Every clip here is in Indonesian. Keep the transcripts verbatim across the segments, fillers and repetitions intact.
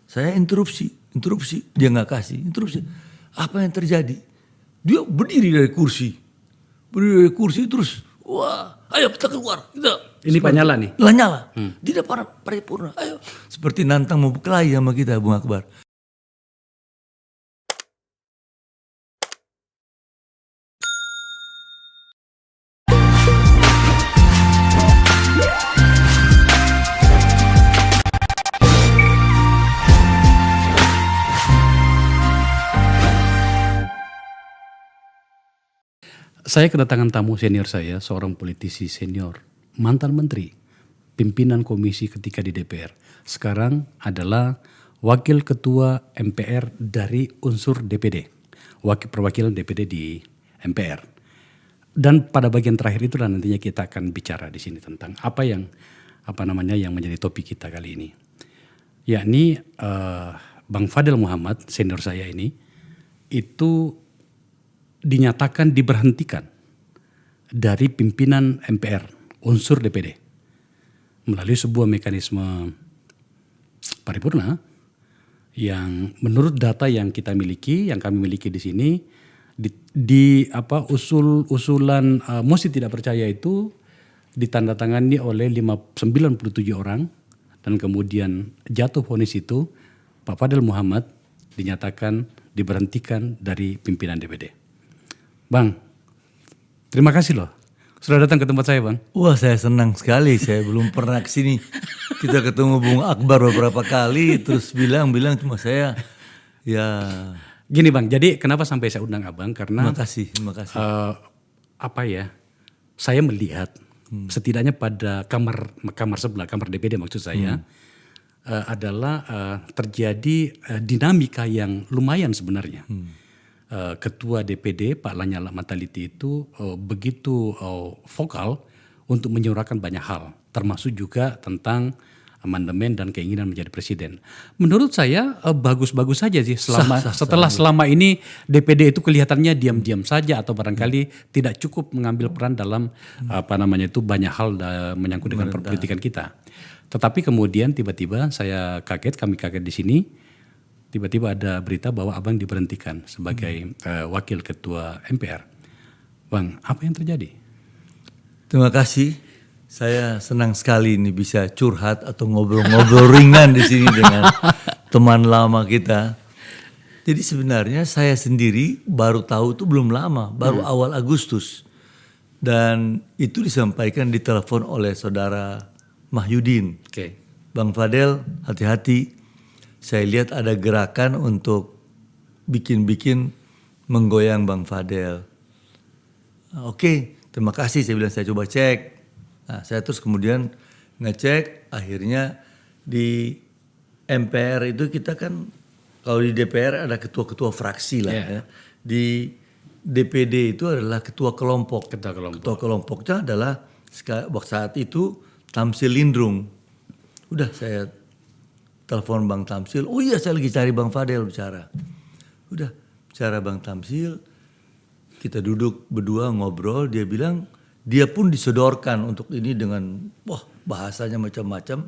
Saya interupsi, interupsi, dia nggak kasih, interupsi. Apa yang terjadi? Dia berdiri dari kursi, berdiri dari kursi terus, wah, ayo kita keluar, kita. Ini Pak Nyala nih? Lanyala, hmm. di depan paripurna, ayo. Seperti nantang mau berkelahi sama kita, Bung Akbar. Saya kedatangan tamu senior saya, seorang politisi senior, mantan menteri, pimpinan komisi ketika di D P R. Sekarang adalah wakil ketua M P R dari unsur D P D, wakil perwakilan D P D di M P R. Dan pada bagian terakhir itulah nantinya kita akan bicara di sini tentang apa yang apa namanya yang menjadi topik kita kali ini, yakni uh, Bang Fadel Muhammad senior saya ini itu dinyatakan diberhentikan dari pimpinan M P R unsur D P D melalui sebuah mekanisme paripurna yang menurut data yang kita miliki, yang kami miliki di sini, di, di apa usul usulan uh, mosi tidak percaya itu ditandatangani oleh sembilan puluh tujuh orang dan kemudian jatuh vonis itu Pak Fadel Muhammad dinyatakan diberhentikan dari pimpinan D P D. Bang, terima kasih loh sudah datang ke tempat saya, Bang. Wah, saya senang sekali. Saya belum pernah kesini. Kita ketemu Bung Akbar beberapa kali, terus bilang-bilang cuma saya ya. Gini Bang, jadi kenapa sampai saya undang Abang karena. Terima kasih, terima kasih. Uh, apa ya? Saya melihat hmm. setidaknya pada kamar kamar sebelah, kamar D P D maksud saya, hmm. uh, adalah uh, terjadi uh, dinamika yang lumayan sebenarnya. Hmm. Uh, Ketua D P D Pak Lanyala Mataliti itu uh, begitu uh, vokal untuk menyuarakan banyak hal, termasuk juga tentang amandemen dan keinginan menjadi presiden. Menurut saya uh, bagus-bagus saja sih selama sah, sah, setelah sah, selama ini D P D itu kelihatannya diam-diam saja atau barangkali hmm. tidak cukup mengambil peran dalam hmm. apa namanya itu banyak hal uh, menyangkut dengan perpolitikan kita. Tetapi kemudian tiba-tiba saya kaget, kami kaget di sini. Tiba-tiba ada berita bahwa Abang diberhentikan sebagai hmm. uh, wakil ketua M P R. Bang, apa yang terjadi? Terima kasih. Saya senang sekali ini bisa curhat atau ngobrol-ngobrol ringan di sini dengan teman lama kita. Jadi sebenarnya saya sendiri baru tahu itu belum lama, baru hmm. awal Agustus. Dan itu disampaikan di telepon oleh saudara Mahyudin. Okay. Bang Fadel, hati-hati. Saya lihat ada gerakan untuk bikin-bikin menggoyang Bang Fadel. Oke, terima kasih. Saya bilang saya coba cek. Nah, saya terus kemudian ngecek. Akhirnya di M P R itu kita kan kalau di D P R ada ketua-ketua fraksi lah. Yeah. Ya. Di D P D itu adalah ketua kelompok. Ketua kelompok. Ketua kelompoknya adalah saat itu Tamsil Lindrung. Udah saya telepon Bang Tamsil, oh iya saya lagi cari Bang Fadel bicara. Udah bicara Bang Tamsil, kita duduk berdua ngobrol, dia bilang dia pun disodorkan untuk ini dengan wah bahasanya macam-macam.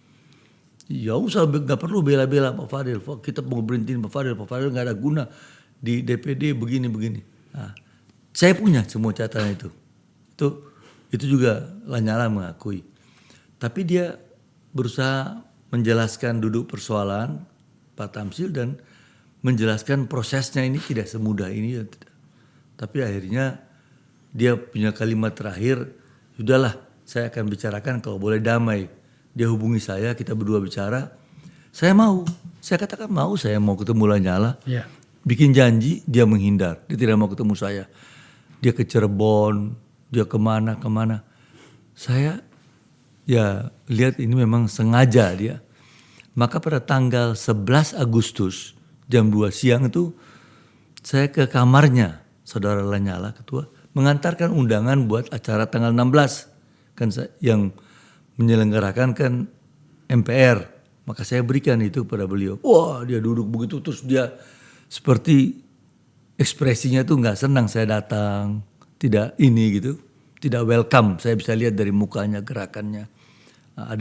Ya usah gak perlu bela-bela Pak Fadel, kita mau berhentiin Pak Fadel, Pak Fadel gak ada guna di D P D begini-begini. Nah, saya punya semua catatan itu. Itu, itu juga Lanyala mengakui. Tapi dia berusaha menjelaskan duduk persoalan Pak Tamsil dan menjelaskan prosesnya ini tidak semudah ini. Tapi akhirnya dia punya kalimat terakhir, sudahlah saya akan bicarakan kalau boleh damai. Dia hubungi saya, kita berdua bicara. Saya mau, saya katakan mau, saya mau ketemu Lanyala. Yeah. Bikin janji, dia menghindar, dia tidak mau ketemu saya. Dia ke Cirebon, dia kemana-kemana. Saya ya lihat ini memang sengaja dia. Maka pada tanggal sebelas Agustus jam dua siang itu saya ke kamarnya saudara Lanyala ketua mengantarkan undangan buat acara tanggal enam belas kan yang menyelenggarakan kan M P R. Maka saya berikan itu pada beliau. Wah dia duduk begitu terus dia seperti ekspresinya tuh nggak senang saya datang, tidak ini gitu, tidak welcome. Saya bisa lihat dari mukanya, gerakannya. Ada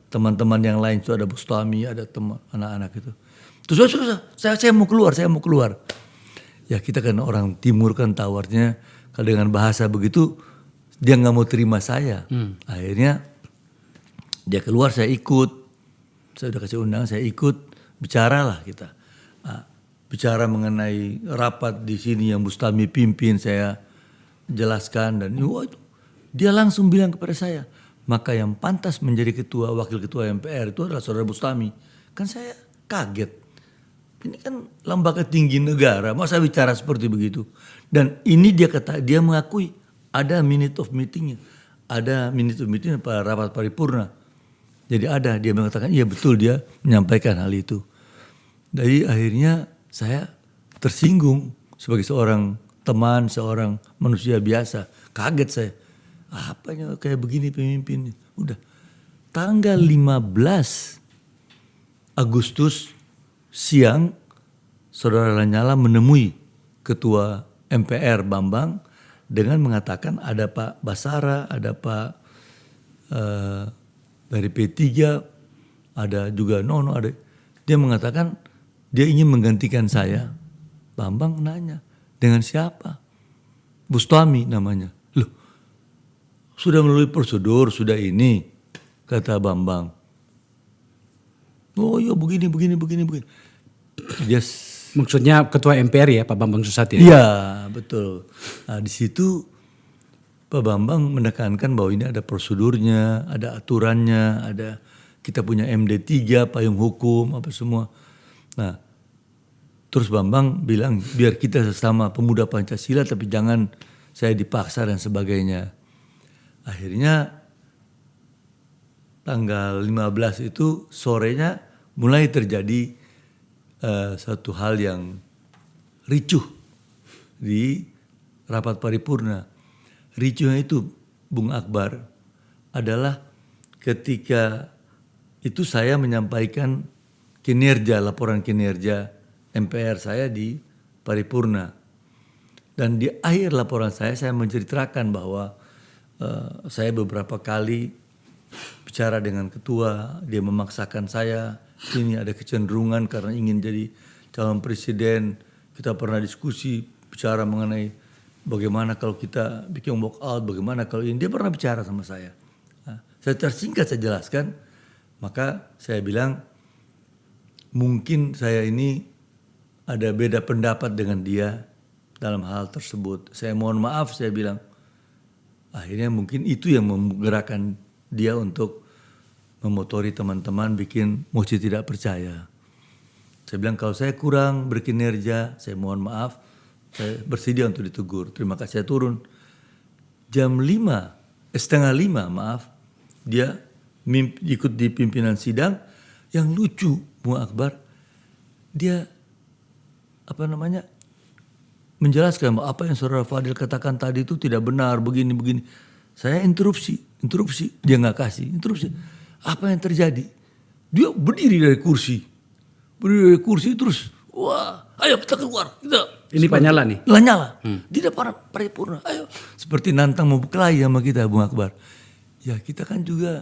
teman-teman yang lain itu ada Bustami, ada teman anak-anak itu. Terus saya, saya saya mau keluar, saya mau keluar. Ya kita kan orang timur kan tahu artinya kalau dengan bahasa begitu dia nggak mau terima saya. Hmm. Akhirnya dia keluar, saya ikut. Saya udah kasih undangan, saya ikut. Bicaralah kita. Nah, bicara mengenai rapat di sini yang Bustami pimpin, saya jelaskan dan wah, dia langsung bilang kepada saya, maka yang pantas menjadi ketua, wakil ketua M P R itu adalah saudara Bustami. Kan saya kaget. Ini kan lembaga tinggi negara, masa bicara seperti begitu? Dan ini dia kata, dia mengakui ada minute of meetingnya, ada minute of meeting pada rapat paripurna. Jadi ada, dia mengatakan iya betul dia menyampaikan hal itu. Jadi akhirnya saya tersinggung sebagai seorang teman, seorang manusia biasa, kaget saya. Apanya kayak begini pemimpin? Udah tanggal lima belas Agustus siang, saudara Lanyala menemui ketua M P R Bambang dengan mengatakan ada Pak Basara, ada Pak uh, dari P tiga, ada juga Nono, ada. Dia mengatakan dia ingin menggantikan saya. Bambang nanya, dengan siapa? Bustami namanya. Loh, sudah melalui prosedur, sudah ini, kata Bambang. Oh iya begini, begini, begini, begini. Dia maksudnya ketua M P R ya Pak Bambang Susatyo? Iya betul. Nah di situ Pak Bambang menekankan bahwa ini ada prosedurnya, ada aturannya, ada kita punya M D tiga, payung hukum, apa semua. Nah terus Bambang bilang biar kita sesama pemuda Pancasila tapi jangan saya dipaksa dan sebagainya. Akhirnya tanggal lima belas itu sorenya mulai terjadi Uh, satu hal yang ricuh di rapat paripurna. Ricuhnya itu, Bung Akbar, adalah ketika itu saya menyampaikan kinerja, laporan kinerja M P R saya di paripurna. Dan di akhir laporan saya, saya menceritakan bahwa uh, saya beberapa kali bicara dengan ketua, dia memaksakan saya. Ini ada kecenderungan karena ingin jadi calon presiden. Kita pernah diskusi bicara mengenai bagaimana kalau kita bikin walk out, bagaimana kalau ini. Dia pernah bicara sama saya. Nah, saya tersingkat saya jelaskan. Maka saya bilang mungkin saya ini ada beda pendapat dengan dia dalam hal tersebut. Saya mohon maaf, saya bilang. Akhirnya mungkin itu yang menggerakkan dia untuk memotori teman-teman bikin mosi tidak percaya. Saya bilang kalau saya kurang berkinerja, saya mohon maaf, saya bersedia untuk ditegur. Terima kasih, saya turun. Jam lima, setengah lima maaf, dia mimpi, ikut di pimpinan sidang. Yang lucu, Bung Akbar, dia apa namanya menjelaskan bahwa apa yang saudara Fadil katakan tadi itu tidak benar, begini-begini. Saya interupsi, interupsi, dia nggak kasih, interupsi. Apa yang terjadi? Dia berdiri dari kursi. Berdiri dari kursi terus, wah, ayo kita keluar. Kita. Ini Pak Nyala nih? Lanyala. Hmm. Di depan paripurna, ayo. Seperti nantang mau berkelahi sama kita, Bung Akbar. Ya kita kan juga,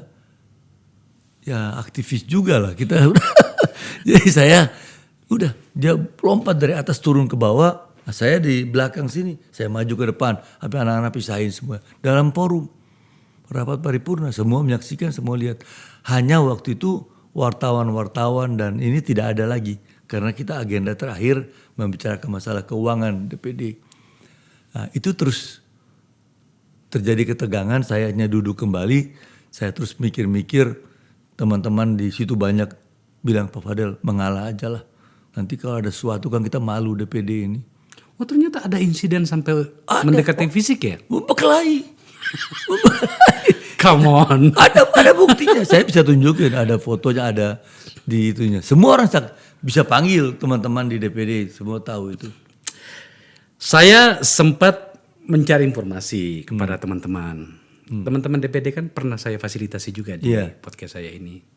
ya aktivis juga lah. Kita jadi saya, udah, dia lompat dari atas turun ke bawah. Nah, saya di belakang sini, saya maju ke depan. Tapi anak-anak pisahin semua. Dalam forum. Rapat paripurna, semua menyaksikan, semua lihat. Hanya waktu itu wartawan-wartawan dan ini tidak ada lagi. Karena kita agenda terakhir membicarakan masalah keuangan D P D. Nah, itu terus terjadi ketegangan, saya hanya duduk kembali. Saya terus mikir-mikir, teman-teman di situ banyak bilang, Pak Fadel mengalah aja lah. Nanti kalau ada sesuatu kan kita malu D P D ini. Oh ternyata ada insiden sampai ada, mendekati fisik ya? Berkelahi. Come on. Ada ada buktinya. Saya bisa tunjukin, ada fotonya, ada di itunya. Semua orang bisa panggil teman-teman di D P D, semua tahu itu. Saya sempat mencari informasi kepada hmm. teman-teman. Hmm. Teman-teman D P D kan pernah saya fasilitasi juga di yeah. podcast saya ini.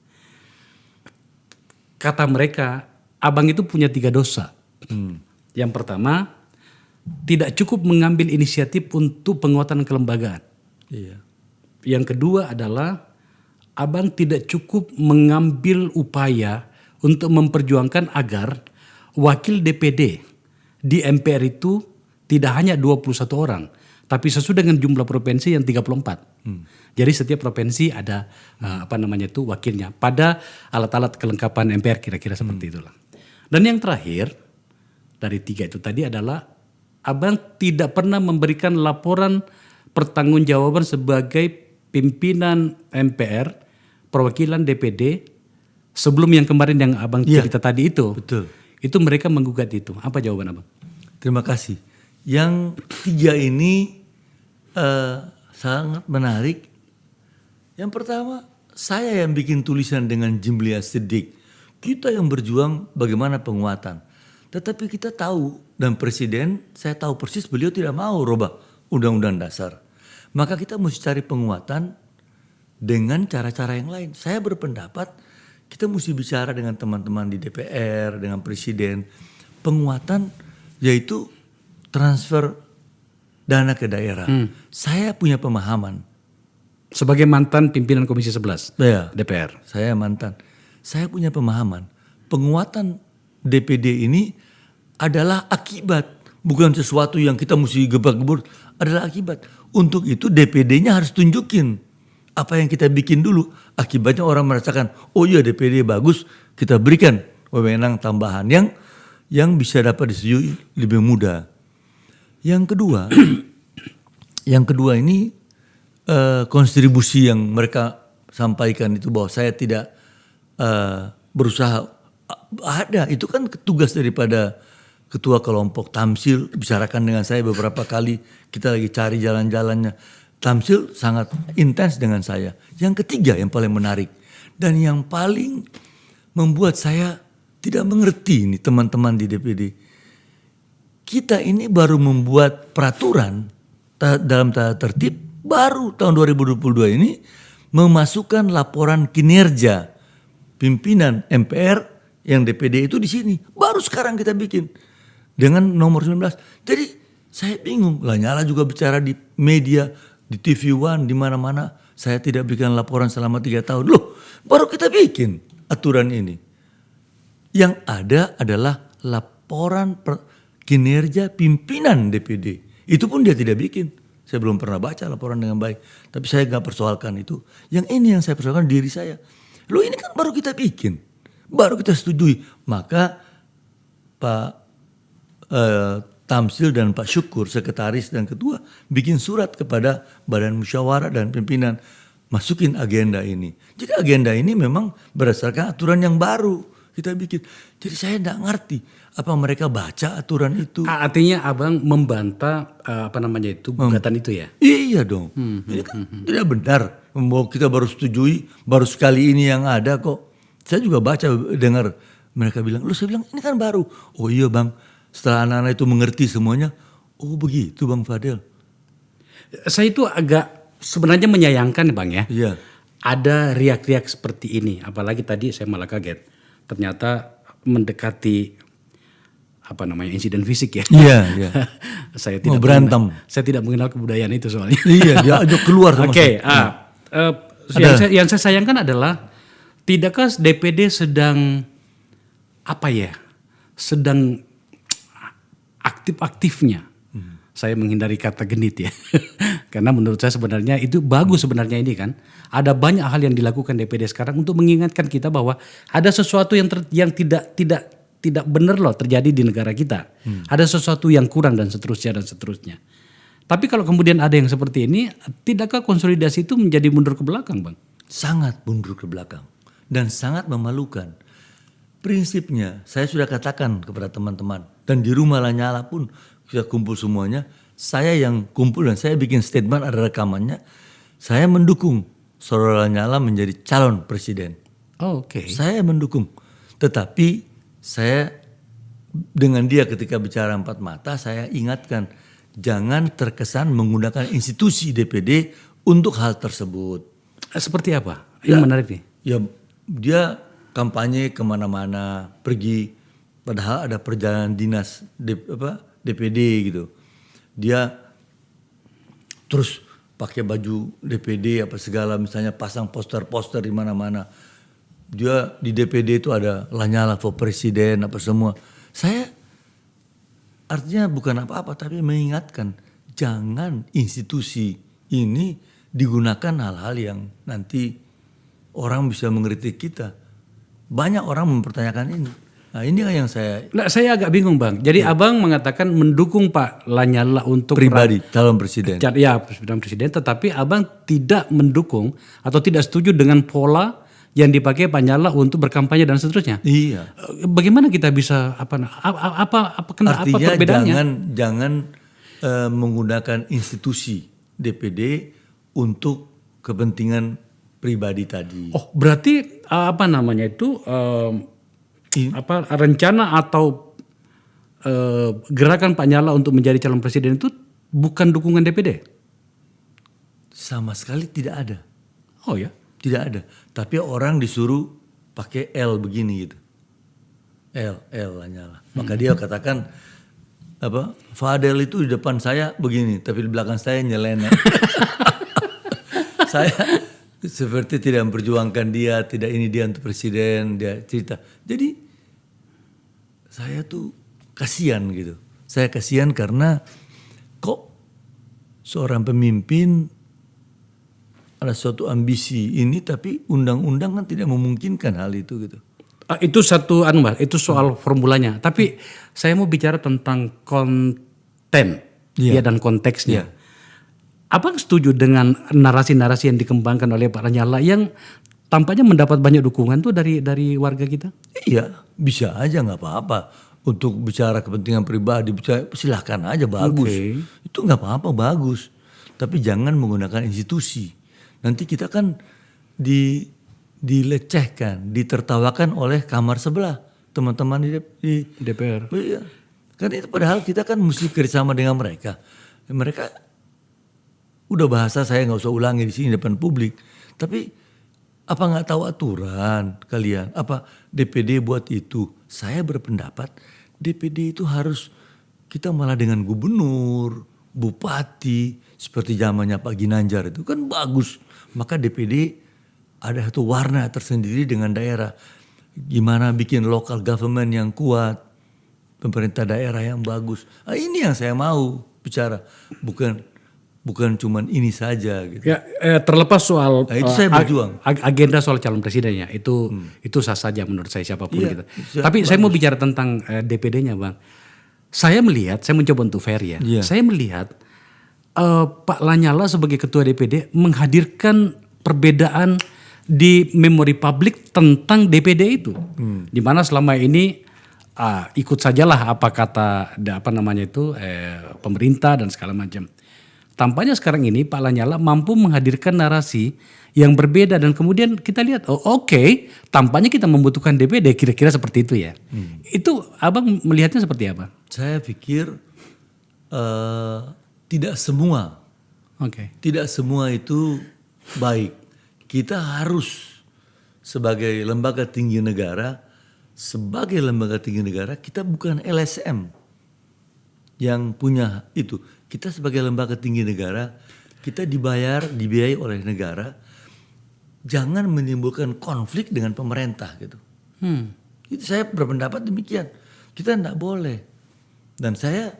Kata mereka, abang itu punya tiga dosa. Hmm. Yang pertama, tidak cukup mengambil inisiatif untuk penguatan kelembagaan. Iya. Yang kedua adalah Abang tidak cukup mengambil upaya untuk memperjuangkan agar wakil D P D di M P R itu tidak hanya dua puluh satu orang, tapi sesuai dengan jumlah provinsi yang tiga puluh empat. Hmm. Jadi setiap provinsi ada uh, apa namanya itu wakilnya pada alat-alat kelengkapan M P R kira-kira seperti hmm. itulah. Dan yang terakhir dari tiga itu tadi adalah abang tidak pernah memberikan laporan pertanggungjawaban sebagai pimpinan M P R perwakilan D P D sebelum yang kemarin yang abang ya, cerita tadi itu. Betul. Itu mereka menggugat itu. Apa jawaban abang? Terima kasih. Yang tiga ini uh, sangat menarik. Yang pertama, saya yang bikin tulisan dengan Jimlia Siddiq. Kita yang berjuang bagaimana penguatan. Tetapi kita tahu, dan Presiden, saya tahu persis beliau tidak mau rubah Undang-Undang Dasar. Maka kita mesti cari penguatan dengan cara-cara yang lain. Saya berpendapat kita mesti bicara dengan teman-teman di D P R, dengan Presiden. Penguatan yaitu transfer dana ke daerah. Hmm. Saya punya pemahaman. Sebagai mantan pimpinan Komisi sebelas ya, D P R. Saya mantan. Saya punya pemahaman. Penguatan D P D ini adalah akibat. Bukan sesuatu yang kita mesti gebak-gebur. Adalah akibat. Untuk itu D P D-nya harus tunjukin. Apa yang kita bikin dulu. Akibatnya orang merasakan, oh iya D P D bagus. Kita berikan wewenang tambahan yang yang bisa dapat disetujui lebih mudah. Yang kedua, yang kedua ini uh, kontribusi yang mereka sampaikan itu bahwa saya tidak uh, berusaha. Ada, itu kan tugas daripada ketua kelompok Tamsil, bicarakan dengan saya beberapa kali, kita lagi cari jalan-jalannya. Tamsil sangat intens dengan saya. Yang ketiga yang paling menarik dan yang paling membuat saya tidak mengerti ini teman-teman di D P D. Kita ini baru membuat peraturan dalam tata tertib baru tahun dua ribu dua puluh dua ini memasukkan laporan kinerja pimpinan M P R yang D P D itu di sini. Baru sekarang kita bikin dengan nomor sembilan belas. Jadi saya bingung. Lanyala juga bicara di media, di T V One, di mana-mana. Saya tidak bikin laporan selama tiga tahun. Loh, baru kita bikin aturan ini. Yang ada adalah laporan per, kinerja pimpinan D P D. Itu pun dia tidak bikin. Saya belum pernah baca laporan dengan baik. Tapi saya gak persoalkan itu. Yang ini yang saya persoalkan diri saya. Loh ini kan baru kita bikin. Baru kita setujui. Maka Pak eh, Tamsil dan Pak Syukur, sekretaris dan ketua, bikin surat kepada Badan Musyawarah dan pimpinan. Masukin agenda ini. Jadi agenda ini memang berdasarkan aturan yang baru kita bikin. Jadi saya tidak ngerti apa mereka baca aturan itu. Artinya abang membantah apa namanya itu gugatan hmm. itu ya? Iya dong. Hmm, ini kan hmm, tidak benar. Mau kita baru setujui, baru sekali ini yang ada kok. Saya juga baca dengar mereka bilang, lu saya bilang ini kan baru. Oh iya bang, setelah anak-anak itu mengerti semuanya, oh begitu Bang Fadel. Saya itu agak sebenarnya menyayangkan bang ya. Iya. Ada riak-riak seperti ini, apalagi tadi saya malah kaget. Ternyata mendekati apa namanya insiden fisik ya. Iya, iya. Saya tidak mau berantem. Mengenal, saya tidak mengenal kebudayaan itu soalnya. Iya, dia ajak keluar sama. Oke, okay, ah, uh, yang, saya, yang saya sayangkan adalah tidakkah D P D sedang apa ya? Sedang aktif-aktifnya. Hmm. Saya menghindari kata genit ya. Karena menurut saya sebenarnya itu bagus sebenarnya ini kan. Ada banyak hal yang dilakukan D P D sekarang untuk mengingatkan kita bahwa ada sesuatu yang ter, yang tidak tidak tidak benar loh terjadi di negara kita. Hmm. Ada sesuatu yang kurang dan seterusnya dan seterusnya. Tapi kalau kemudian ada yang seperti ini, tidakkah konsolidasi itu menjadi mundur ke belakang, Bang? Sangat mundur ke belakang dan sangat memalukan. Prinsipnya saya sudah katakan kepada teman-teman dan di rumah Lanyala pun kita kumpul semuanya. Saya yang kumpul dan saya bikin statement, ada rekamannya. Saya mendukung Saudara Lanyala menjadi calon presiden. Oh, oke. Okay. Saya mendukung. Tetapi saya dengan dia ketika bicara empat mata, saya ingatkan jangan terkesan menggunakan institusi D P D untuk hal tersebut. Seperti apa? Ini ya, menarik nih. Ya dia kampanye kemana-mana, pergi. Padahal ada perjalanan dinas D, apa, D P D gitu. Dia terus pakai baju D P D apa segala, misalnya pasang poster-poster di mana-mana. Dia di D P D itu ada Lanyala for Presiden apa semua. Saya artinya bukan apa-apa tapi mengingatkan jangan institusi ini digunakan hal-hal yang nanti orang bisa mengkritik kita. Banyak orang mempertanyakan ini. Nah ini yang saya... Nah, saya agak bingung Bang. Jadi ya. Abang mengatakan mendukung Pak Lanyala untuk... Pribadi, calon presiden. Ya, calon presiden. Tetapi Abang tidak mendukung atau tidak setuju dengan pola yang dipakai Pak Lanyala untuk berkampanye dan seterusnya. Iya. Bagaimana kita bisa... Apa apa apa, apa, apa Artinya perbedaannya? jangan, jangan uh, menggunakan institusi D P D untuk kepentingan pribadi tadi. Oh, berarti apa namanya itu... Um, apa rencana atau uh, gerakan Pak Lanyala untuk menjadi calon presiden itu bukan dukungan D P D? Sama sekali tidak ada. Oh ya? Tidak ada. Tapi orang disuruh pakai L begini gitu. L, L Lanyala. Maka hmm. dia katakan apa? Fadel itu di depan saya begini, tapi di belakang saya nyeleneh. Saya seperti tidak memperjuangkan dia, tidak ini dia untuk presiden, dia cerita. Jadi saya tuh kasihan gitu. Saya kasihan karena kok seorang pemimpin ada suatu ambisi ini tapi undang-undang kan tidak memungkinkan hal itu gitu. Uh, itu satu anu Mbak, itu soal hmm. formulanya. Tapi hmm. saya mau bicara tentang konten yeah. ya dan konteksnya. Yeah. Abang setuju dengan narasi-narasi yang dikembangkan oleh Pak Lanyala yang tampaknya mendapat banyak dukungan tuh dari dari warga kita? Iya, bisa aja nggak apa-apa. Untuk bicara kepentingan pribadi, silahkan aja bagus. Okay. Itu nggak apa-apa bagus. Tapi jangan menggunakan institusi. Nanti kita kan di, dilecehkan, ditertawakan oleh kamar sebelah teman-teman di, di D P R. Iya. Kan itu padahal kita kan mesti kerjasama dengan mereka. Mereka udah bahasa saya nggak usah ulangi di sini depan publik. Tapi apa nggak tahu aturan kalian? Apa D P D buat itu? Saya berpendapat D P D itu harus kita malah dengan gubernur, bupati seperti zamannya Pak Ginanjar itu kan bagus. Maka D P D ada satu warna tersendiri dengan daerah. Gimana bikin local government yang kuat, pemerintah daerah yang bagus. Nah, ini yang saya mau bicara, bukan Bukan cuman ini saja gitu. Ya, eh, terlepas soal nah, itu uh, saya berjuang. Ag- agenda soal calon presidennya itu hmm. itu sah saja menurut saya siapapun iya, kita. Tapi bagus. Saya mau bicara tentang uh, D P D-nya, Bang. Saya melihat, saya mencoba untuk fair ya. Iya. Saya melihat uh, Pak Lanyala sebagai ketua D P D menghadirkan perbedaan di memori publik tentang D P D itu. Hmm. Di mana selama ini uh, ikut sajalah apa kata apa namanya itu eh, pemerintah dan segala macam. Tampaknya sekarang ini Pak Lanyala mampu menghadirkan narasi yang berbeda dan kemudian kita lihat oh oke okay, tampaknya kita membutuhkan D P D kira-kira seperti itu ya. Hmm. Itu Abang melihatnya seperti apa? Saya pikir uh, tidak semua, okay. tidak semua itu baik. Kita harus sebagai lembaga tinggi negara, sebagai lembaga tinggi negara kita bukan L S M yang punya itu. Kita sebagai lembaga tinggi negara, kita dibayar, dibiayai oleh negara. Jangan menimbulkan konflik dengan pemerintah gitu. Hmm. Itu saya berpendapat demikian. Kita tidak boleh. Dan saya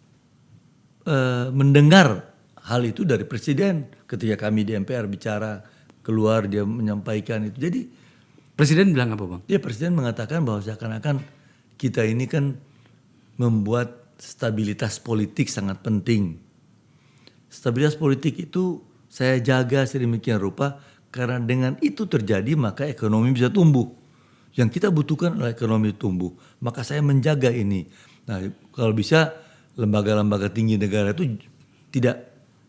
uh, mendengar hal itu dari presiden ketika kami di M P R bicara keluar dia menyampaikan itu. Jadi presiden bilang apa Bang? Ya presiden mengatakan bahwa seakan-akan kita ini kan membuat stabilitas politik sangat penting. Stabilitas politik itu saya jaga sedemikian rupa karena dengan itu terjadi maka ekonomi bisa tumbuh. Yang kita butuhkan adalah ekonomi tumbuh. Maka saya menjaga ini. Nah, kalau bisa lembaga-lembaga tinggi negara itu tidak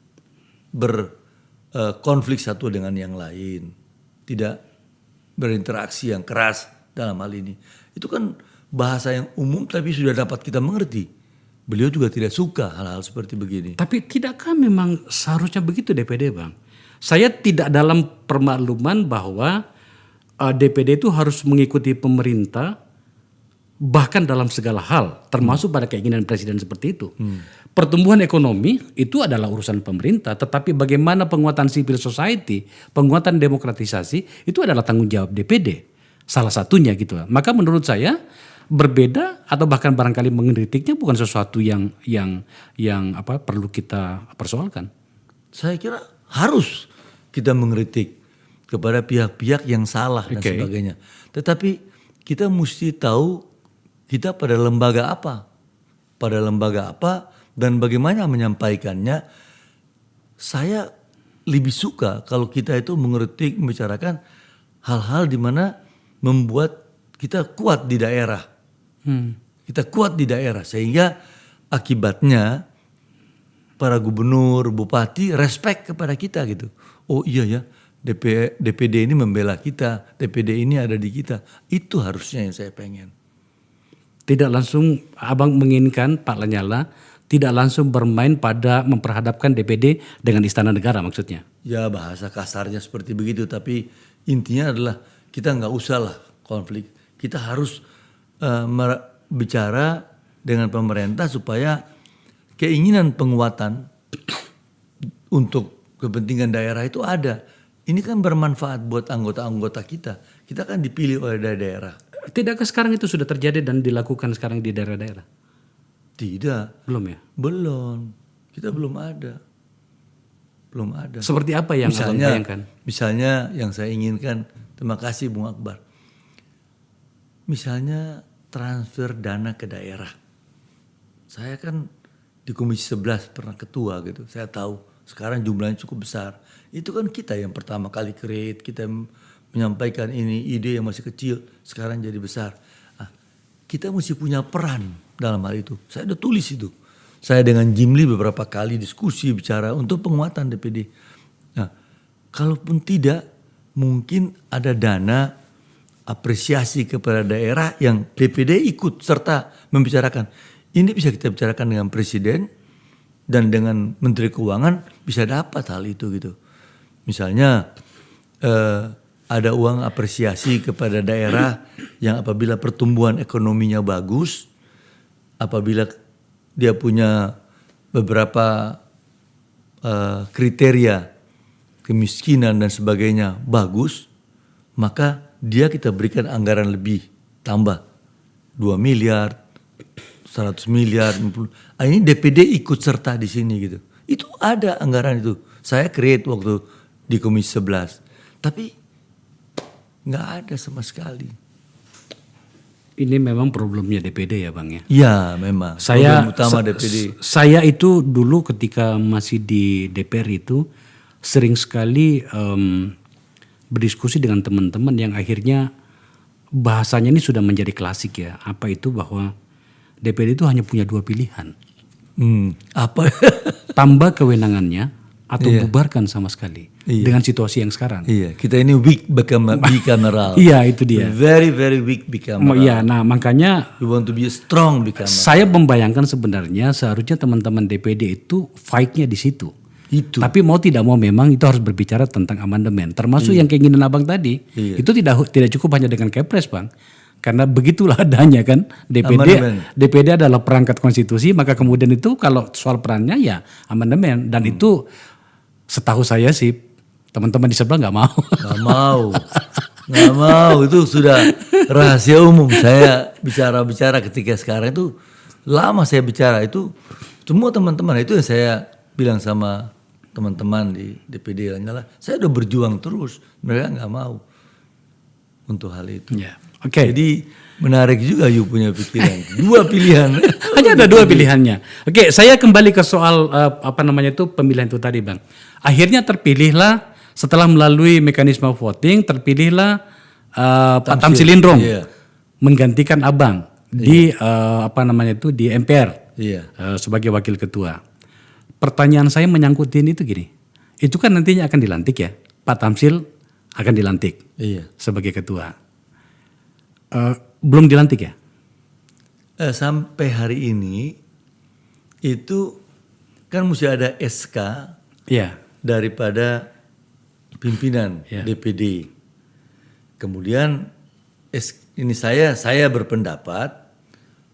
berkonflik uh, satu dengan yang lain. Tidak berinteraksi yang keras dalam hal ini. Itu kan bahasa yang umum tapi sudah dapat kita mengerti. Beliau juga tidak suka hal-hal seperti begini. Tapi tidakkah memang seharusnya begitu D P D Bang? Saya tidak dalam permakluman bahwa uh, D P D itu harus mengikuti pemerintah bahkan dalam segala hal, termasuk pada keinginan presiden seperti itu. Hmm. Pertumbuhan ekonomi itu adalah urusan pemerintah, tetapi bagaimana penguatan civil society, penguatan demokratisasi itu adalah tanggung jawab D P D. Salah satunya gitu. Maka menurut saya berbeda atau bahkan barangkali mengkritiknya bukan sesuatu yang yang yang apa perlu kita persoalkan. Saya kira harus kita mengkritik kepada pihak-pihak yang salah dan Okay. sebagainya. Tetapi kita mesti tahu kita pada lembaga apa, pada lembaga apa dan bagaimana menyampaikannya. Saya lebih suka kalau kita itu mengkritik, membicarakan hal-hal di mana membuat kita kuat di daerah. Hmm. Kita kuat di daerah sehingga akibatnya para gubernur, bupati respect kepada kita gitu. Oh iya ya, D P, D P D ini membela kita, D P D ini ada di kita. Itu harusnya yang saya pengen. Tidak langsung abang menginginkan Pak Lanyala tidak langsung bermain pada memperhadapkan D P D dengan Istana Negara maksudnya. Ya bahasa kasarnya seperti begitu, tapi intinya adalah kita nggak usah lah konflik. Kita harus uh, bicara dengan pemerintah supaya keinginan penguatan untuk kepentingan daerah itu ada. Ini kan bermanfaat buat anggota-anggota kita. Kita kan dipilih oleh daerah. Tidakkah sekarang itu sudah terjadi dan dilakukan sekarang di daerah-daerah? Tidak. Belum ya? Belum. Kita belum ada. Belum ada. Seperti apa yang abang Misalnya, bayangkan? misalnya yang saya inginkan, terima kasih Bung Akbar. Misalnya transfer dana ke daerah. Saya kan di Komisi sebelas pernah ketua gitu. Saya tahu sekarang jumlahnya cukup besar. Itu kan kita yang pertama kali create, kita menyampaikan ini ide yang masih kecil sekarang jadi besar. Nah, kita mesti punya peran dalam hal itu. Saya udah tulis itu. Saya dengan Jimli beberapa kali diskusi bicara untuk penguatan D P D. Nah, kalaupun tidak, mungkin ada dana apresiasi kepada daerah yang D P D ikut serta membicarakan. Ini bisa kita bicarakan dengan presiden dan dengan Menteri Keuangan bisa dapat hal itu gitu. Misalnya eh, ada uang apresiasi kepada daerah yang apabila pertumbuhan ekonominya bagus, apabila dia punya beberapa uh, kriteria kemiskinan dan sebagainya bagus, maka dia kita berikan anggaran lebih, tambah dua miliar, seratus miliar. Ah, ini D P D ikut serta di sini gitu. Itu ada anggaran itu. Saya create waktu di Komisi sebelas. Tapi nggak ada sama sekali. Ini memang problemnya D P D ya Bang ya? Ya memang. Saya Problem utama sa- D P D. Saya itu dulu ketika masih di D P R itu sering sekali em, berdiskusi dengan teman-teman yang akhirnya bahasanya ini sudah menjadi klasik ya. Apa itu bahwa D P D itu hanya punya dua pilihan. Hmm, apa? Tambah kewenangannya atau Iya. bubarkan sama sekali. Iya. Dengan situasi yang sekarang. Iya, kita ini weak bicam- bicameral. Iya itu dia. Very very weak bicameral. Iya, nah makanya We want to be a strong bicameral. saya membayangkan sebenarnya seharusnya teman-teman D P D itu fight-nya di situ. Itu. Tapi mau tidak mau memang itu harus berbicara tentang amandemen. Termasuk yang keinginan abang tadi. Iya. Itu tidak tidak cukup hanya dengan Kepres Bang. Karena begitulah adanya kan D P D. Amandemen. D P D adalah perangkat konstitusi. Maka kemudian itu kalau soal perannya ya amandemen. Dan Hmm. itu setahu saya sih teman-teman di sebelah nggak mau. Gak mau, gak mau. Itu sudah rahasia umum. Saya bicara-bicara ketika sekarang itu lama saya bicara itu semua teman-teman itu yang saya bilang sama teman-teman di D P D Lanyala. Saya udah berjuang terus. Mereka nggak mau untuk hal itu. Ya, oke. Jadi menarik juga you punya pikiran. Dua pilihan. Hanya ada dua pilihannya. Oke, saya kembali ke soal eh, apa namanya itu pemilihan itu tadi, Bang. Akhirnya terpilihlah setelah melalui mekanisme voting, terpilihlah eh, Pak Tamsil Lindrong Iya. menggantikan Abang di eh, apa namanya itu di M P R Iya. eh, sebagai wakil ketua. Pertanyaan saya menyangkutin itu gini. Itu kan nantinya akan dilantik ya. Pak Tamsil akan dilantik Iya. sebagai ketua. Eh, belum dilantik ya? Eh, sampai hari ini itu kan mesti ada S K Iya. daripada pimpinan Ya. D P D. Kemudian es- ini saya saya berpendapat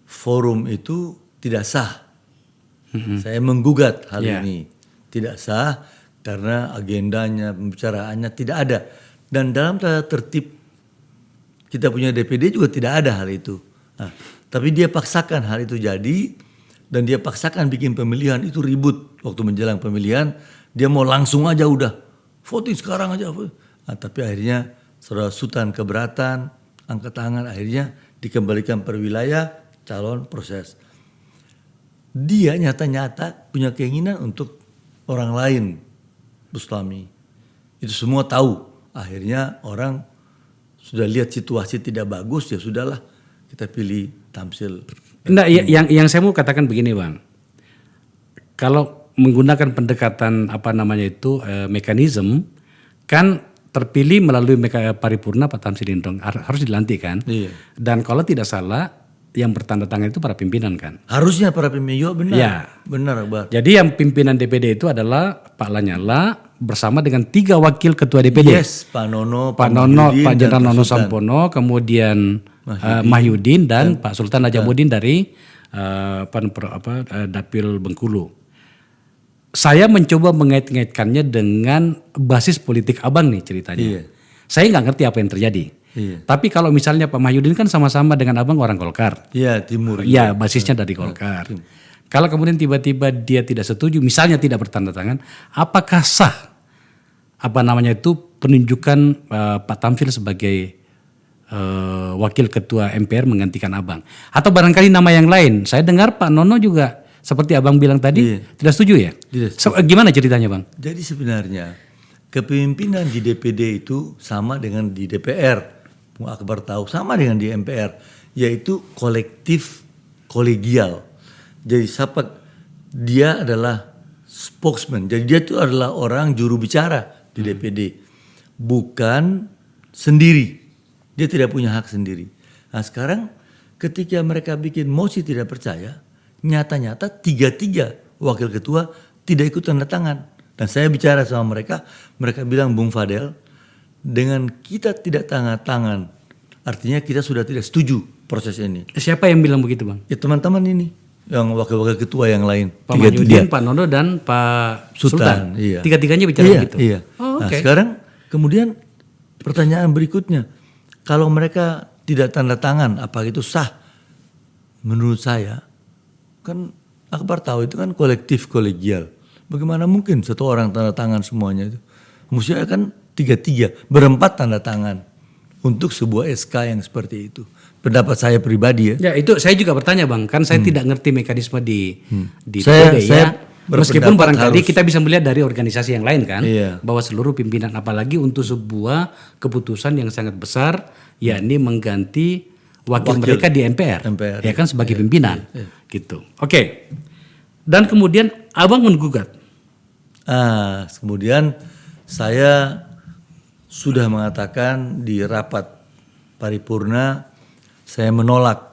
forum itu tidak sah. Mm-hmm. Saya menggugat hal yeah. ini tidak sah karena agendanya, pembicaraannya tidak ada. Dan dalam tata tertib kita punya D P D juga tidak ada hal itu. Nah, tapi dia paksakan hal itu jadi dan dia paksakan bikin pemilihan itu ribut waktu menjelang pemilihan. Dia mau langsung aja udah voting sekarang aja. Nah, tapi akhirnya Saudara Sultan keberatan, angkat tangan, akhirnya dikembalikan per wilayah, calon proses. Dia nyata-nyata punya keinginan untuk orang lain, Bustami. Itu semua tahu. Akhirnya orang sudah lihat situasi tidak bagus, ya sudahlah kita pilih Tamsil. Nah, yang yang saya mau katakan begini, Bang. Kalau menggunakan pendekatan apa namanya itu eh, mekanisme, kan terpilih melalui meka paripurna Pak Tamsil Lindrung harus dilantik kan. Iya. Dan kalau tidak salah yang bertanda tangan itu para pimpinan kan. Harusnya para pimpinan, benar. Ya. Benar, Akbar. Jadi yang pimpinan D P D itu adalah Pak Lanyala bersama dengan tiga wakil ketua D P D. Yes, Pak Nono, Pak Nono, Pak Jenderal Nono Sampono, kemudian Mahyudin, uh, Mahyudin dan, dan Pak Sultan Najamuddin dari uh, apa, uh, Dapil Bengkulu. Saya mencoba mengait-ngaitkannya dengan basis politik abang nih ceritanya. Iya. Saya nggak ngerti apa yang terjadi. Iya. Tapi kalau misalnya Pak Mahyudin kan sama-sama dengan abang orang Golkar. Iya, Timur. Iya, basisnya dari Golkar. Ya, kalau kemudian tiba-tiba dia tidak setuju, misalnya tidak bertanda tangan, apakah sah apa namanya itu penunjukan uh, Pak Tamsil sebagai uh, wakil ketua M P R menggantikan abang? Atau barangkali nama yang lain? Saya dengar Pak Nono juga seperti abang bilang tadi iya. tidak setuju ya? Tidak setuju. So, gimana ceritanya, Bang? Jadi sebenarnya kepemimpinan di D P D itu sama dengan di D P R. Bung Akbar tahu sama dengan di M P R, yaitu kolektif kolegial. Jadi siapa dia adalah spokesman. Jadi dia itu adalah orang juru bicara di D P D, bukan sendiri. Dia tidak punya hak sendiri. Nah sekarang ketika mereka bikin mosi tidak percaya, nyata-nyata tiga-tiga wakil ketua tidak ikut tanda tangan. Dan saya bicara sama mereka, mereka bilang, Bung Fadel, dengan kita tidak tanda tangan, artinya kita sudah tidak setuju proses ini. Siapa yang bilang begitu, Bang? Ya teman-teman ini, yang wakil-wakil ketua yang lain. Pak Mahyudin, Pak Nono, dan Pak Sultan. Sultan. Iya. Tiga-tiganya bicara iya, begitu? Iya. Oh, nah okay. Sekarang kemudian pertanyaan berikutnya, kalau mereka tidak tanda tangan, apa itu sah? Menurut saya, kan Akbar tahu itu kan kolektif kolegial. Bagaimana mungkin satu orang tanda tangan semuanya itu? Mestinya kan tiga-tiga, berempat tanda tangan untuk sebuah S K yang seperti itu. Pendapat saya pribadi ya. Ya itu saya juga bertanya, Bang, kan saya hmm. tidak ngerti mekanisme di hmm. di saya, D P D saya ya. Meskipun barangkali harus. Kita bisa melihat dari organisasi yang lain kan, iya. bahwa seluruh pimpinan apalagi untuk sebuah keputusan yang sangat besar, yakni mengganti wakil, wakil mereka di M P R, M P R ya kan sebagai iya. pimpinan, iya. gitu. Oke. Okay. Dan kemudian abang menggugat. Ah, kemudian saya sudah mengatakan di rapat paripurna, saya menolak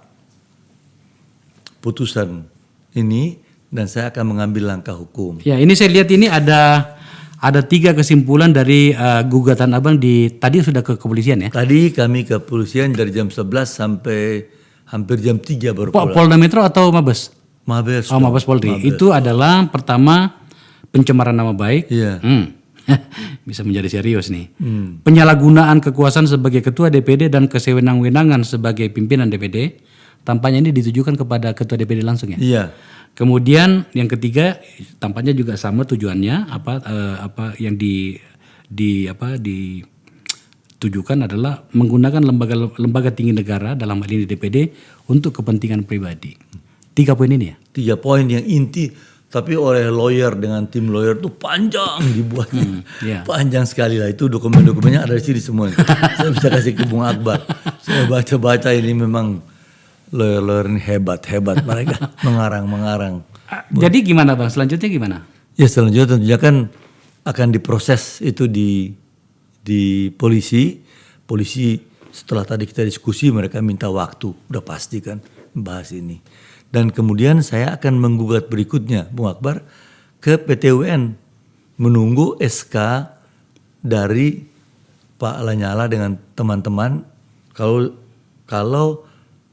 putusan ini dan saya akan mengambil langkah hukum. Ya, ini saya lihat ini ada ada tiga kesimpulan dari uh, gugatan abang di tadi sudah ke kepolisian ya? Tadi kami ke kepolisian dari jam sebelas sampai hampir jam tiga baru pulang. Polda Metro atau Mabes? Mabes. Oh, Mabes Polri. Mabes. Itu adalah pertama pencemaran nama baik. Iya. Hmm. Bisa menjadi serius nih. Hmm. Penyalahgunaan kekuasaan sebagai ketua D P D dan kesewenang-wenangan sebagai pimpinan D P D. Tampaknya ini ditujukan kepada ketua D P D langsung ya. Iya. Kemudian yang ketiga tampaknya juga sama tujuannya apa eh, apa yang di di apa ditujukan adalah menggunakan lembaga lembaga tinggi negara dalam hal ini D P D untuk kepentingan pribadi. Tiga poin ini ya. Tiga poin yang inti. Tapi oleh lawyer dengan tim lawyer itu panjang dibuatnya. Hmm, yeah. Panjang sekali lah. Itu dokumen-dokumennya ada di sini semua. Saya bisa kasih ke Bung Akbar. Saya baca-baca ini memang lawyer-lawyer ini hebat-hebat. Mereka mengarang-mengarang. Jadi gimana Bang? Selanjutnya gimana? Ya selanjutnya tentunya kan akan diproses itu di di polisi. Polisi setelah tadi kita diskusi mereka minta waktu. Udah pasti kan membahas ini. Dan kemudian saya akan menggugat berikutnya, Bung Akbar, ke P T U N. Menunggu S K dari Pak Lanyala dengan teman-teman. Kalau kalau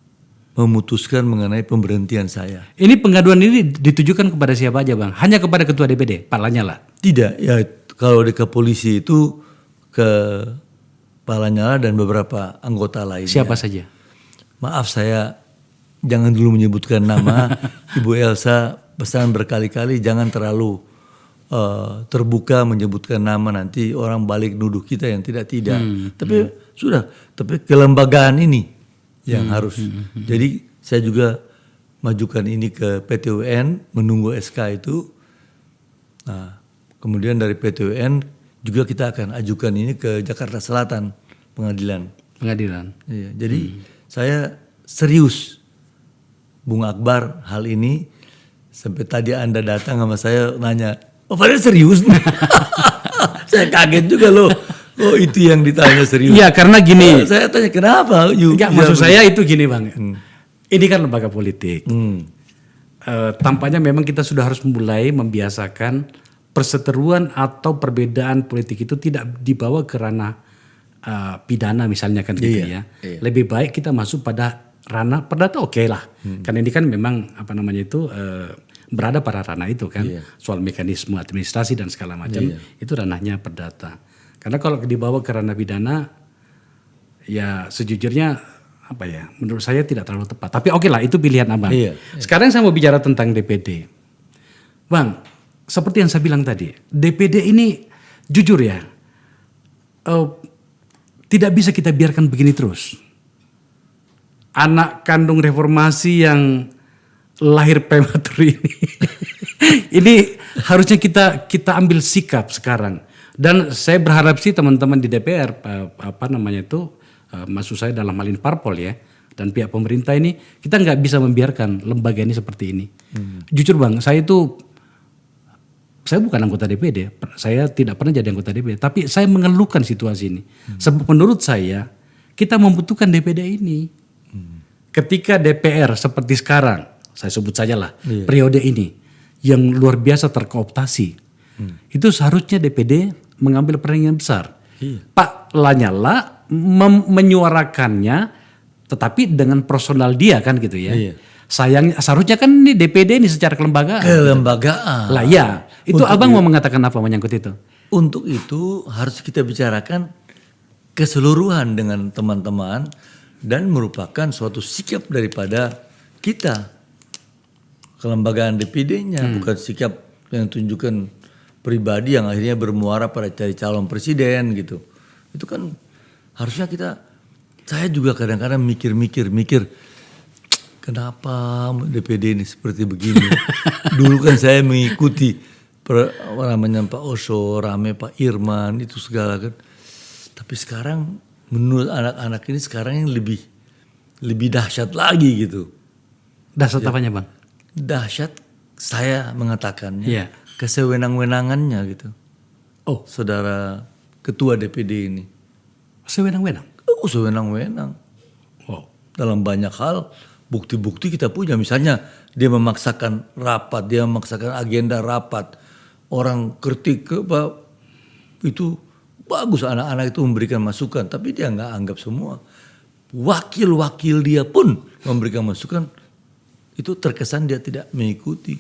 memutuskan mengenai pemberhentian saya. Ini pengaduan ini ditujukan kepada siapa aja Bang? Hanya kepada Ketua D P D, Pak Lanyala? Tidak, ya kalau di ke polisi itu ke Pak Lanyala dan beberapa anggota lainnya. Siapa saja? Maaf saya jangan dulu menyebutkan nama. Ibu Elsa pesan berkali-kali jangan terlalu uh, terbuka menyebutkan nama, nanti orang balik nuduh kita yang tidak-tidak. Hmm, tapi hmm. sudah, tapi kelembagaan ini yang hmm, harus. Hmm, hmm. Jadi saya juga majukan ini ke P T U N, menunggu S K itu. Nah, kemudian dari P T U N juga kita akan ajukan ini ke Jakarta Selatan pengadilan. Pengadilan. Iya, jadi hmm. saya serius, Bung Akbar, hal ini. Sampai tadi Anda datang sama saya nanya, oh Fadel serius nih? Saya kaget juga loh. Oh itu yang ditanya serius. Iya karena gini. Oh, saya tanya kenapa? Enggak, maksud saya itu gini Bang. Hmm. Ini kan lembaga politik. Hmm. Uh, tampaknya memang kita sudah harus mulai membiasakan perseteruan atau perbedaan politik itu tidak dibawa ke ranah uh, pidana misalnya kan gitu iya, ya. Iya. Lebih baik kita masuk pada ranah perdata, oke okay lah. Hmm. Karena ini kan memang apa namanya itu uh, berada pada ranah itu kan. Iya. Soal mekanisme administrasi dan segala macam iya. itu ranahnya perdata. Karena kalau dibawa ke ranah pidana ya sejujurnya apa ya, menurut saya tidak terlalu tepat. Tapi oke okay lah, itu pilihan Abang. Iya, iya. Sekarang saya mau bicara tentang D P D. Bang, seperti yang saya bilang tadi, D P D ini jujur ya, uh, tidak bisa kita biarkan begini terus. Anak kandung reformasi yang lahir prematur ini, ini harusnya kita kita ambil sikap sekarang. Dan saya berharap sih teman-teman di D P R, uh, apa namanya itu, uh, maksud saya dalam hal ini parpol ya, dan pihak pemerintah ini, kita nggak bisa membiarkan lembaga ini seperti ini. Hmm. Jujur Bang, saya itu saya bukan anggota D P D, saya tidak pernah jadi anggota D P D, tapi saya mengeluhkan situasi ini. Hmm. Sebab menurut saya kita membutuhkan D P D ini. Hmm. Ketika D P R seperti sekarang, saya sebut saja lah yeah. periode ini yang luar biasa terkooptasi, hmm. itu seharusnya D P D mengambil peran yang besar. Yeah. Pak Lanyala mem- menyuarakannya, tetapi dengan personal dia kan gitu ya. Yeah. Sayang, seharusnya kan ini D P D ini secara kelembagaan. Kelembagaan. Lah ya, itu untuk Abang itu, mau mengatakan apa menyangkut itu? Untuk itu harus kita bicarakan keseluruhan dengan teman-teman dan merupakan suatu sikap daripada kita. Kelembagaan D P D-nya hmm. bukan sikap yang tunjukkan pribadi yang akhirnya bermuara pada cari calon presiden gitu. Itu kan harusnya kita, saya juga kadang-kadang mikir-mikir, mikir kenapa D P D ini seperti begini? Dulu kan saya mengikuti per, namanya Pak Oso, rame Pak Irman, itu segala kan. Tapi sekarang menurut anak-anak ini sekarang yang lebih lebih dahsyat lagi gitu. Dahsyat ya. Apanya Bang? Dahsyat saya mengatakannya yeah. kesewenang-wenangannya gitu. Oh, saudara ketua D P D ini. Sewenang-wenang? Oh, sewenang-wenang. Oh. Dalam banyak hal. Bukti-bukti kita punya, misalnya dia memaksakan rapat, dia memaksakan agenda rapat, orang kritik ke itu bagus, anak-anak itu memberikan masukan, tapi dia nggak anggap semua. Wakil-wakil dia pun memberikan masukan, itu terkesan dia tidak mengikuti.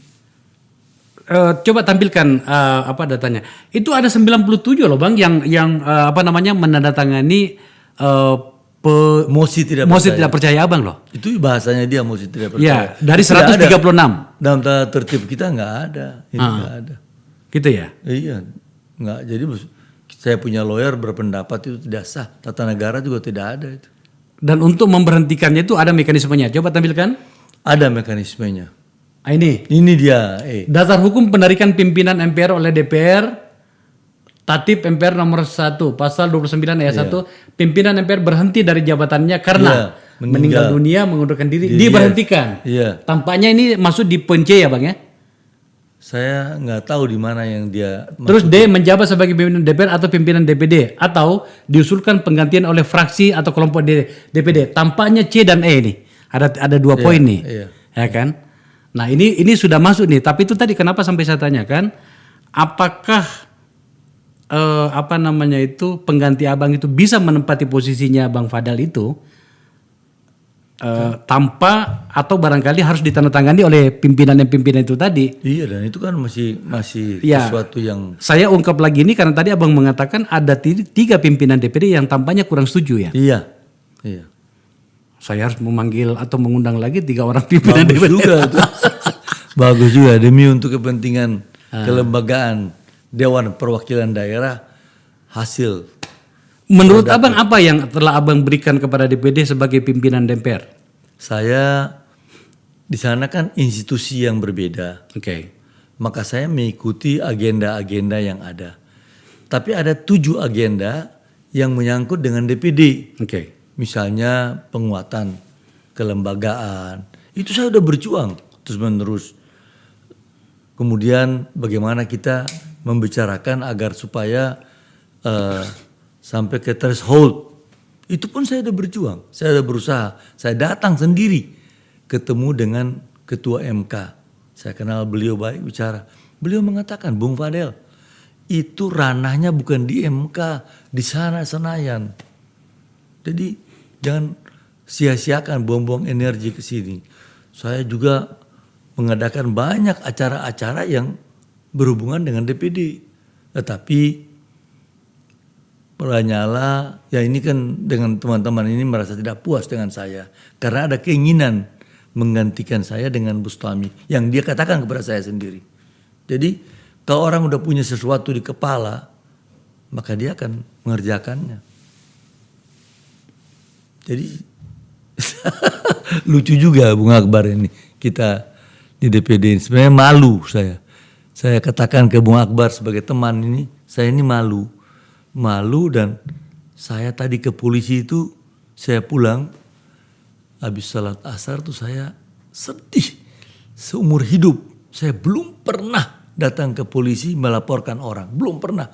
Uh, coba tampilkan uh, apa datanya. Itu ada sembilan puluh tujuh loh Bang yang yang uh, apa namanya menandatangani uh, Pe, mosi tidak mosi percaya. tidak percaya Abang loh. Itu bahasanya dia mosi tidak percaya. Ya, dari seratus tiga puluh enam. Dalam tata tertib kita nggak ada, ini nggak ada. Gitu ya? Iya, nggak. Jadi saya punya lawyer berpendapat itu tidak sah. Tata negara juga tidak ada itu. Dan untuk memberhentikannya itu ada mekanismenya. Coba tampilkan. Ada mekanismenya. Ah, ini. Ini dia. Eh. Dasar hukum penarikan pimpinan M P R oleh D P R. Tatip M P R nomor satu pasal dua puluh sembilan ayat satu yeah. Pimpinan M P R berhenti dari jabatannya karena yeah, meninggal. meninggal dunia, mengundurkan diri, di, diberhentikan. Yeah. Tampaknya ini masuk di poin C ya Bang ya? Saya nggak tahu di mana yang dia. Terus D menjabat sebagai pimpinan D P R atau pimpinan D P D atau diusulkan penggantian oleh fraksi atau kelompok D P D. Tampaknya C dan E nih. Ada ada dua yeah, poin nih. Yeah. Ya kan? Nah, ini ini sudah masuk nih, tapi itu tadi kenapa sampai saya tanyakan apakah Uh, apa namanya itu pengganti Abang itu bisa menempati posisinya Bang Fadel itu? uh, tanpa atau barangkali harus ditandatangani oleh pimpinan yang pimpinan itu tadi. Iya, dan itu kan masih masih Ya. sesuatu yang Saya ungkap lagi ini karena tadi abang mengatakan ada ti- tiga pimpinan D P D yang tampaknya kurang setuju ya. iya, iya. Saya harus memanggil atau mengundang lagi tiga orang pimpinan D P D. Bagus juga tuh. Bagus juga demi untuk kepentingan kelembagaan Dewan Perwakilan Daerah hasil. Menurut abang apa yang telah abang berikan kepada D P D sebagai pimpinan D P R? Saya di sana kan institusi yang berbeda. Oke. Maka saya mengikuti agenda-agenda yang ada. Tapi ada tujuh agenda yang menyangkut dengan D P D. Oke. Misalnya penguatan kelembagaan. Itu saya udah berjuang terus menerus. Kemudian bagaimana kita membicarakan agar supaya uh, sampai ke threshold. Itu pun saya udah berjuang. Saya udah berusaha. Saya datang sendiri ketemu dengan ketua M K. Saya kenal beliau baik bicara. Beliau mengatakan, Bung Fadel, itu ranahnya bukan di M K, di sana Senayan. Jadi jangan sia-siakan buang-buang energi ke sini. Saya juga mengadakan banyak acara-acara yang berhubungan dengan D P D. Tetapi Lanyala, ya ini kan dengan teman-teman ini merasa tidak puas dengan saya. Karena ada keinginan menggantikan saya dengan Bustami. Yang dia katakan kepada saya sendiri. Jadi kalau orang udah punya sesuatu di kepala, maka dia akan mengerjakannya. Jadi lucu juga Bung Akbar ini. Kita di D P D ini sebenarnya malu saya. Saya katakan ke Bung Akbar sebagai teman ini, saya ini malu. Malu dan saya tadi ke polisi itu, saya pulang, habis salat asar tuh saya sedih. Seumur hidup saya belum pernah datang ke polisi melaporkan orang. Belum pernah.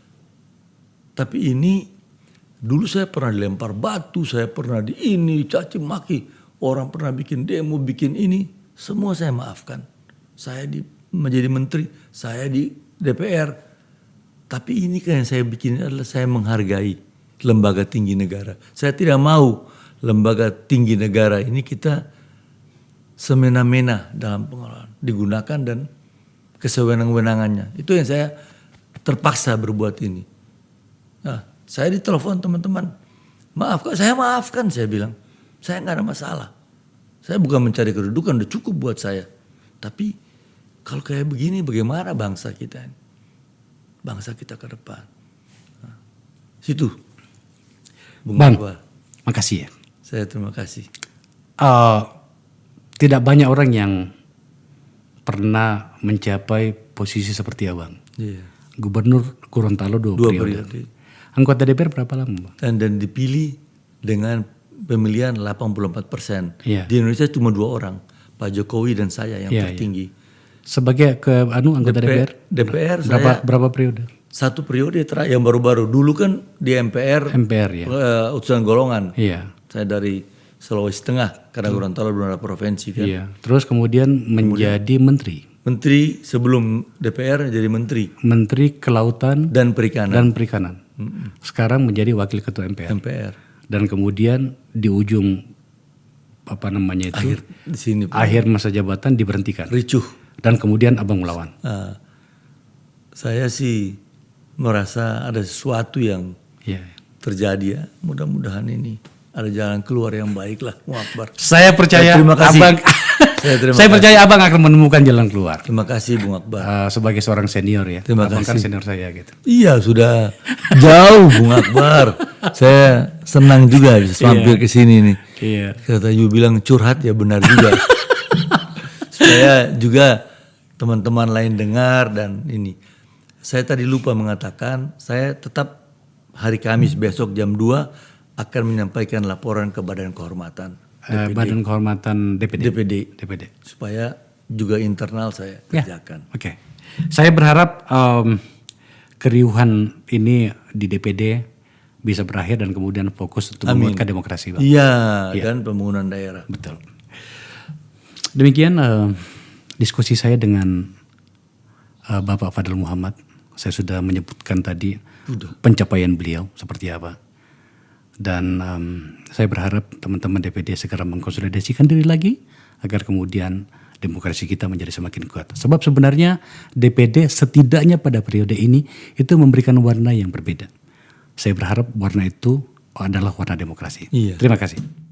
Tapi ini dulu saya pernah dilempar batu, saya pernah di ini, caci maki. Orang pernah bikin demo, bikin ini. Semua saya maafkan. Saya di, menjadi menteri, saya di D P R. Tapi ini kan yang saya bikin adalah saya menghargai lembaga tinggi negara. Saya tidak mau lembaga tinggi negara ini kita semena-mena dalam pengelolaan. Digunakan dan kesewenang-wenangannya. Itu yang saya terpaksa berbuat ini. Nah, saya ditelepon teman-teman. Maafkan, saya maafkan saya bilang. Saya nggak ada masalah. Saya bukan mencari kedudukan, udah cukup buat saya. Tapi kalau kayak begini bagaimana bangsa kita ini? Bangsa kita ke depan. Nah, situ. Bung Bang, Akbar. makasih ya. Saya terima kasih. Uh, tidak banyak orang yang pernah mencapai posisi seperti abang. Iya. Gubernur Gorontalo dua, Dua periode. periode. Anggota D P R berapa lama, Bang? Dan, dan dipilih dengan pemilihan delapan puluh empat persen. Iya. Di Indonesia cuma dua orang. Pak Jokowi dan saya yang Iya, tertinggi. Sebagai ke anu anggota D P R, D P R berapa saya berapa periode? satu periode terakhir yang baru-baru. Dulu kan di M P R, M P R ya. eh, utusan golongan. Iya. Saya dari Sulawesi Tengah karena Gorontalo belum ada provinsi kan. Iya. Terus kemudian menjadi menteri. Menteri sebelum D P R jadi menteri Menteri Kelautan dan Perikanan dan Perikanan. Sekarang menjadi wakil ketua M P R. M P R. Dan kemudian di ujung apa namanya itu Akhir di sini Pak. akhir masa jabatan diberhentikan. Ricuh. Dan kemudian abang melawan. Ah, saya sih merasa ada sesuatu yang Iya. terjadi ya. Mudah-mudahan ini ada jalan keluar yang baik lah, Bung Akbar. Saya percaya Terima kasih. abang. Saya terima saya kasih. percaya abang akan menemukan jalan keluar. Terima kasih Bung Akbar. Uh, sebagai seorang senior ya. Terima abang kan kasih. senior saya gitu. Iya sudah jauh Bung Akbar. Saya senang juga bisa mampir ke sini nih. Iya. Kata Yu bilang curhat ya benar juga. Supaya juga teman-teman lain dengar dan ini. Saya tadi lupa mengatakan saya tetap hari Kamis besok jam dua akan menyampaikan laporan ke Badan Kehormatan Uh, Badan Kehormatan D P D. D P D D P D. supaya juga internal saya Ya. kerjakan. Oke. Saya berharap um, keriuhan ini di D P D bisa berakhir dan kemudian fokus untuk menguatkan demokrasi, Bang. Iya, dan pembangunan daerah. Betul. Demikian uh, diskusi saya dengan uh, Bapak Fadel Muhammad. Saya sudah menyebutkan tadi pencapaian beliau seperti apa. Dan um, saya berharap teman-teman D P D segera mengkonsolidasikan diri lagi agar kemudian demokrasi kita menjadi semakin kuat. Sebab sebenarnya D P D setidaknya pada periode ini itu memberikan warna yang berbeda. Saya berharap warna itu adalah warna demokrasi. Iya. Terima kasih.